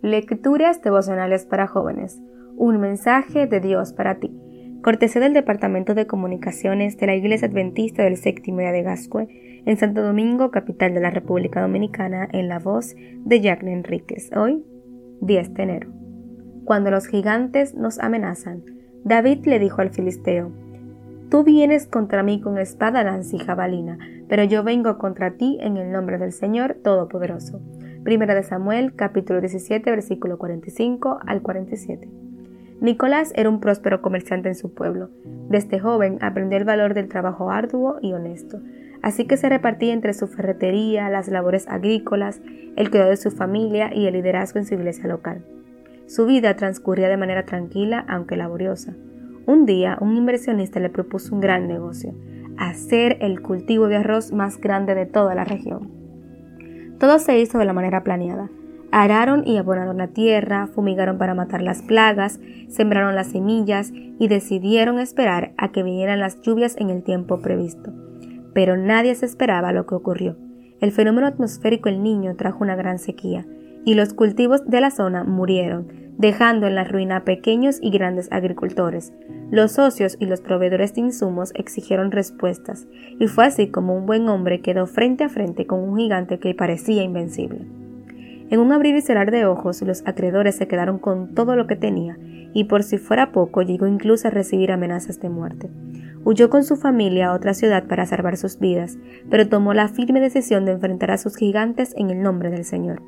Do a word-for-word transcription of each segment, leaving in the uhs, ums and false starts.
Lecturas devocionales para jóvenes. Un mensaje de Dios para ti. Cortesía del Departamento de Comunicaciones de la Iglesia Adventista del Séptimo Día de Gascue, en Santo Domingo, capital de la República Dominicana, en la voz de Jacqueline Enríquez. Hoy, diez de enero. Cuando los gigantes nos amenazan, David le dijo al filisteo: Tú vienes contra mí con espada, lanza y jabalina, pero yo vengo contra ti en el nombre del Señor Todopoderoso. Primera de Samuel, capítulo diecisiete, versículo cuarenta y cinco al cuarenta y siete. Nicolás era un próspero comerciante en su pueblo. Desde joven aprendió el valor del trabajo arduo y honesto, así que se repartía entre su ferretería, las labores agrícolas, el cuidado de su familia y el liderazgo en su iglesia local. Su vida transcurría de manera tranquila, aunque laboriosa. Un día, un inversionista le propuso un gran negocio: hacer el cultivo de arroz más grande de toda la región. Todo se hizo de la manera planeada. Araron y abonaron la tierra, fumigaron para matar las plagas, sembraron las semillas y decidieron esperar a que vinieran las lluvias en el tiempo previsto. Pero nadie se esperaba lo que ocurrió. El fenómeno atmosférico El Niño trajo una gran sequía, y los cultivos de la zona murieron, dejando en la ruina a pequeños y grandes agricultores. Los socios y los proveedores de insumos exigieron respuestas, y fue así como un buen hombre quedó frente a frente con un gigante que parecía invencible. En un abrir y cerrar de ojos, los acreedores se quedaron con todo lo que tenía, y por si fuera poco, llegó incluso a recibir amenazas de muerte. Huyó con su familia a otra ciudad para salvar sus vidas, pero tomó la firme decisión de enfrentar a sus gigantes en el nombre del Señor.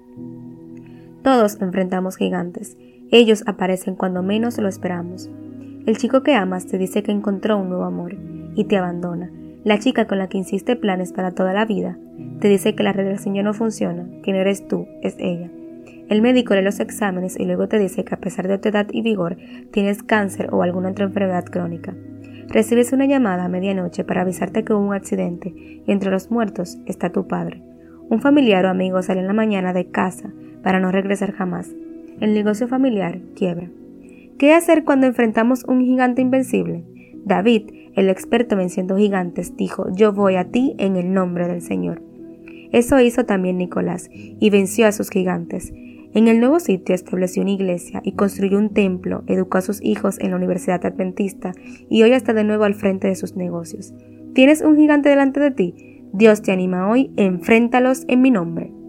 Todos enfrentamos gigantes. Ellos aparecen cuando menos lo esperamos. El chico que amas te dice que encontró un nuevo amor y te abandona. La chica con la que insiste planes para toda la vida te dice que la relación ya no funciona, que no eres tú, es ella. El médico lee los exámenes y luego te dice que a pesar de tu edad y vigor tienes cáncer o alguna otra enfermedad crónica. Recibes una llamada a medianoche para avisarte que hubo un accidente y entre los muertos está tu padre. Un familiar o amigo sale en la mañana de casa para no regresar jamás. El negocio familiar quiebra. ¿Qué hacer cuando enfrentamos un gigante invencible? David, el experto venciendo gigantes, dijo: Yo voy a ti en el nombre del Señor. Eso hizo también Nicolás, y venció a sus gigantes. En el nuevo sitio estableció una iglesia y construyó un templo, educó a sus hijos en la Universidad Adventista y hoy está de nuevo al frente de sus negocios. ¿Tienes un gigante delante de ti? Dios te anima hoy, enfréntalos en mi nombre.